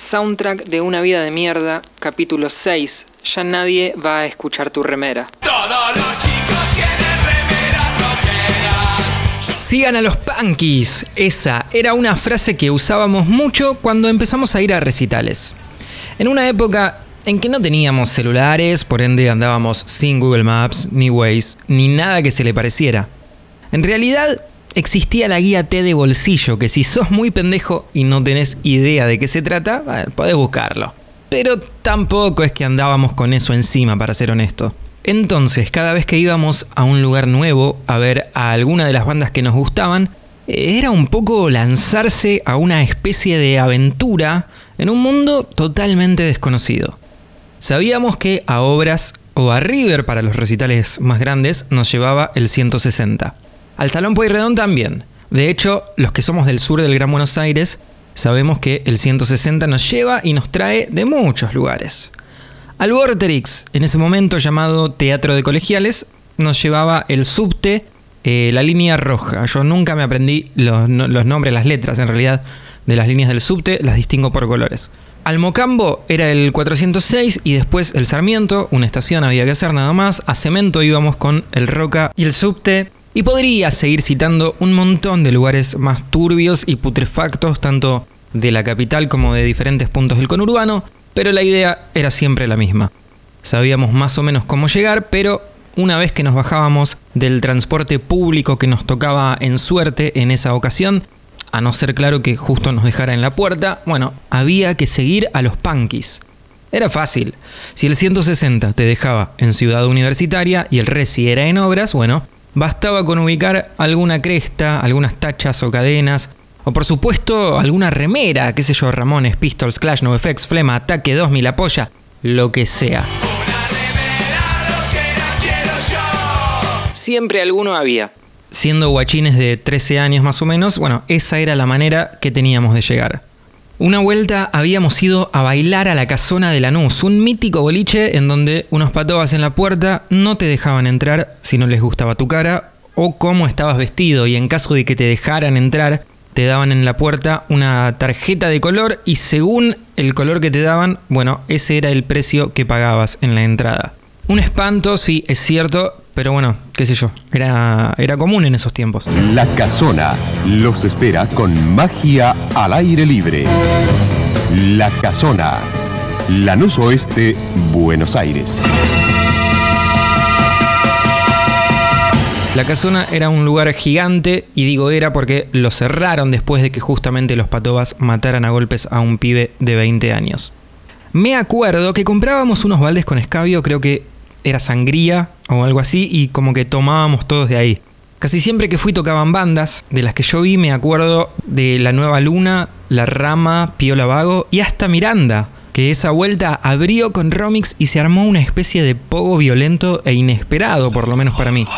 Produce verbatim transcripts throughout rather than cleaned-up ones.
Soundtrack de Una vida de mierda, capítulo seis. Ya nadie va a escuchar tu remera. Todos los chicos tienen remeras rockeras. Sigan a los punkis. Esa era una frase que usábamos mucho cuando empezamos a ir a recitales. En una época en que no teníamos celulares, por ende andábamos sin Google Maps, ni Waze, ni nada que se le pareciera. En realidad existía la guía T de bolsillo, que si sos muy pendejo y no tenés idea de qué se trata, bueno, podés buscarlo. Pero tampoco es que andábamos con eso encima, para ser honesto. Entonces, cada vez que íbamos a un lugar nuevo a ver a alguna de las bandas que nos gustaban, era un poco lanzarse a una especie de aventura en un mundo totalmente desconocido. Sabíamos que a Obras o a River, para los recitales más grandes, nos llevaba el ciento sesenta. Al Salón Pueyrredón también. De hecho, los que somos del sur del Gran Buenos Aires sabemos que el ciento sesenta nos lleva y nos trae de muchos lugares. Al Vorterix, en ese momento llamado Teatro de Colegiales, nos llevaba el subte, eh, la línea roja. Yo nunca me aprendí los, no, los nombres, las letras en realidad, de las líneas del subte, las distingo por colores. Al Mocambo era el cuatrocientos seis y después el Sarmiento, una estación había que hacer nada más. A Cemento íbamos con el Roca y el subte. Y podría seguir citando un montón de lugares más turbios y putrefactos, tanto de la capital como de diferentes puntos del conurbano, pero la idea era siempre la misma. Sabíamos más o menos cómo llegar, pero una vez que nos bajábamos del transporte público que nos tocaba en suerte en esa ocasión, a no ser claro que justo nos dejara en la puerta, bueno, había que seguir a los punkis. Era fácil. Si el ciento sesenta te dejaba en Ciudad Universitaria y el Resi era en Obras, bueno, bastaba con ubicar alguna cresta, algunas tachas o cadenas, o por supuesto alguna remera, qué sé yo, Ramones, Pistols, Clash, NoFX, Flema, Ataque dos mil, La Polla, lo que sea. Una remera rockera quiero yo. Siempre alguno había. Siendo guachines de trece años más o menos, bueno, esa era la manera que teníamos de llegar. Una vuelta habíamos ido a bailar a la Casona de Lanús, un mítico boliche en donde unos patobas en la puerta no te dejaban entrar si no les gustaba tu cara o cómo estabas vestido, y en caso de que te dejaran entrar, te daban en la puerta una tarjeta de color y según el color que te daban, bueno, ese era el precio que pagabas en la entrada. Un espanto, sí, es cierto, pero bueno, qué sé yo, era, era común en esos tiempos. La Casona los espera con magia al aire libre. La Casona, Lanús Oeste, Buenos Aires. La Casona era un lugar gigante, y digo era porque lo cerraron después de que justamente los patobas mataran a golpes a un pibe de veinte años. Me acuerdo que comprábamos unos baldes con escabio, creo que era sangría o algo así, y como que tomábamos todos de ahí. Casi siempre que fui tocaban bandas, de las que yo vi me acuerdo de La Nueva Luna, La Rama, Piola Vago y hasta Miranda, que esa vuelta abrió con Romix y se armó una especie de pogo violento e inesperado, por lo menos para mí.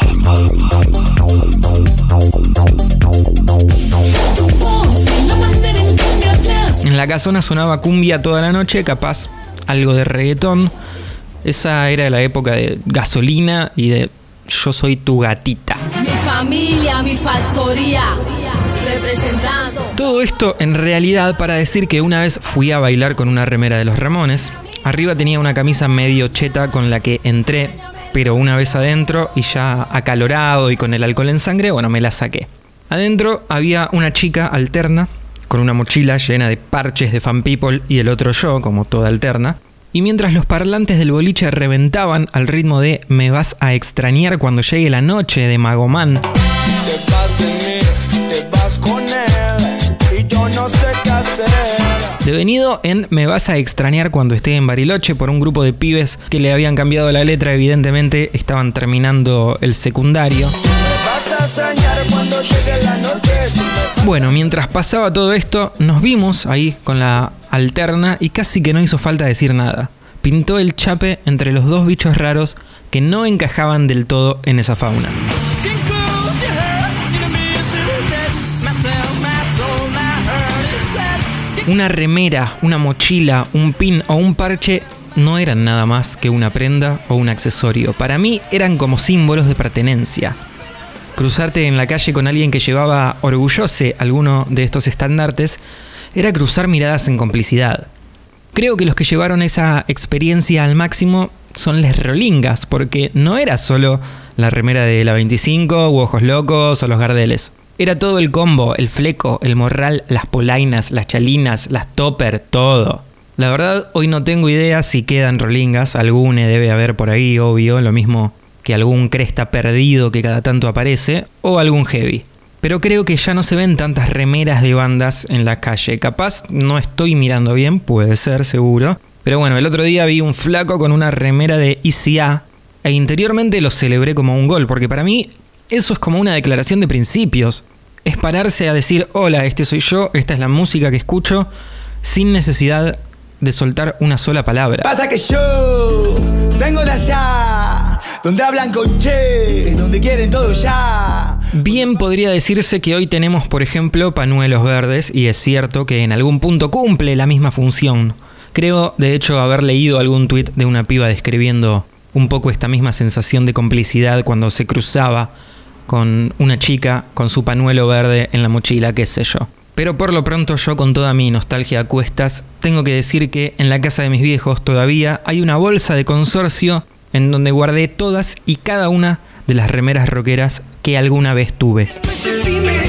En la Casona sonaba cumbia toda la noche, capaz algo de reggaetón. Esa era la época de Gasolina y de Yo Soy Tu Gatita. Mi familia, mi factoría, representado. Todo esto en realidad para decir que una vez fui a bailar con una remera de los Ramones. Arriba tenía una camisa medio cheta con la que entré, pero una vez adentro y ya acalorado y con el alcohol en sangre, bueno, me la saqué. Adentro había una chica alterna con una mochila llena de parches de Fan People y el otro yo, como toda alterna. Y mientras los parlantes del boliche reventaban al ritmo de Me vas a extrañar cuando llegue la noche de Magoman, Te vas de mí, te vas con él y yo no sé qué hacer. devenido en Me vas a extrañar cuando esté en Bariloche, por un grupo de pibes que le habían cambiado la letra, evidentemente estaban terminando el secundario. Me vas a extrañar cuando llegue la noche. Bueno, mientras pasaba todo esto, nos vimos ahí con la alterna y casi que no hizo falta decir nada. Pintó el chape entre los dos bichos raros que no encajaban del todo en esa fauna. Una remera, una mochila, un pin o un parche no eran nada más que una prenda o un accesorio. Para mí eran como símbolos de pertenencia. Cruzarte en la calle con alguien que llevaba orgullose alguno de estos estandartes era cruzar miradas en complicidad. Creo que los que llevaron esa experiencia al máximo son les Rolingas, porque no era solo la remera de la veinticinco, u Ojos Locos o los Gardeles. Era todo el combo, el fleco, el morral, las polainas, las chalinas, las topper, todo. La verdad, hoy no tengo idea si quedan Rolingas, algune debe haber por ahí, obvio, lo mismo que algún cresta perdido que cada tanto aparece, o algún heavy. Pero creo que ya no se ven tantas remeras de bandas en la calle. Capaz no estoy mirando bien, puede ser, seguro. Pero bueno, el otro día vi un flaco con una remera de E C A e interiormente lo celebré como un gol, porque para mí eso es como una declaración de principios. Es pararse a decir, hola, este soy yo, esta es la música que escucho, sin necesidad de soltar una sola palabra. Pasa que yo vengo de allá, donde hablan con che, donde quieren todo ya. Bien podría decirse que hoy tenemos, por ejemplo, pañuelos verdes, y es cierto que en algún punto cumple la misma función. Creo, de hecho, haber leído algún tuit de una piba describiendo un poco esta misma sensación de complicidad cuando se cruzaba con una chica con su pañuelo verde en la mochila, qué sé yo. Pero por lo pronto yo, con toda mi nostalgia a cuestas, tengo que decir que en la casa de mis viejos todavía hay una bolsa de consorcio en donde guardé todas y cada una de las remeras rockeras que alguna vez tuve.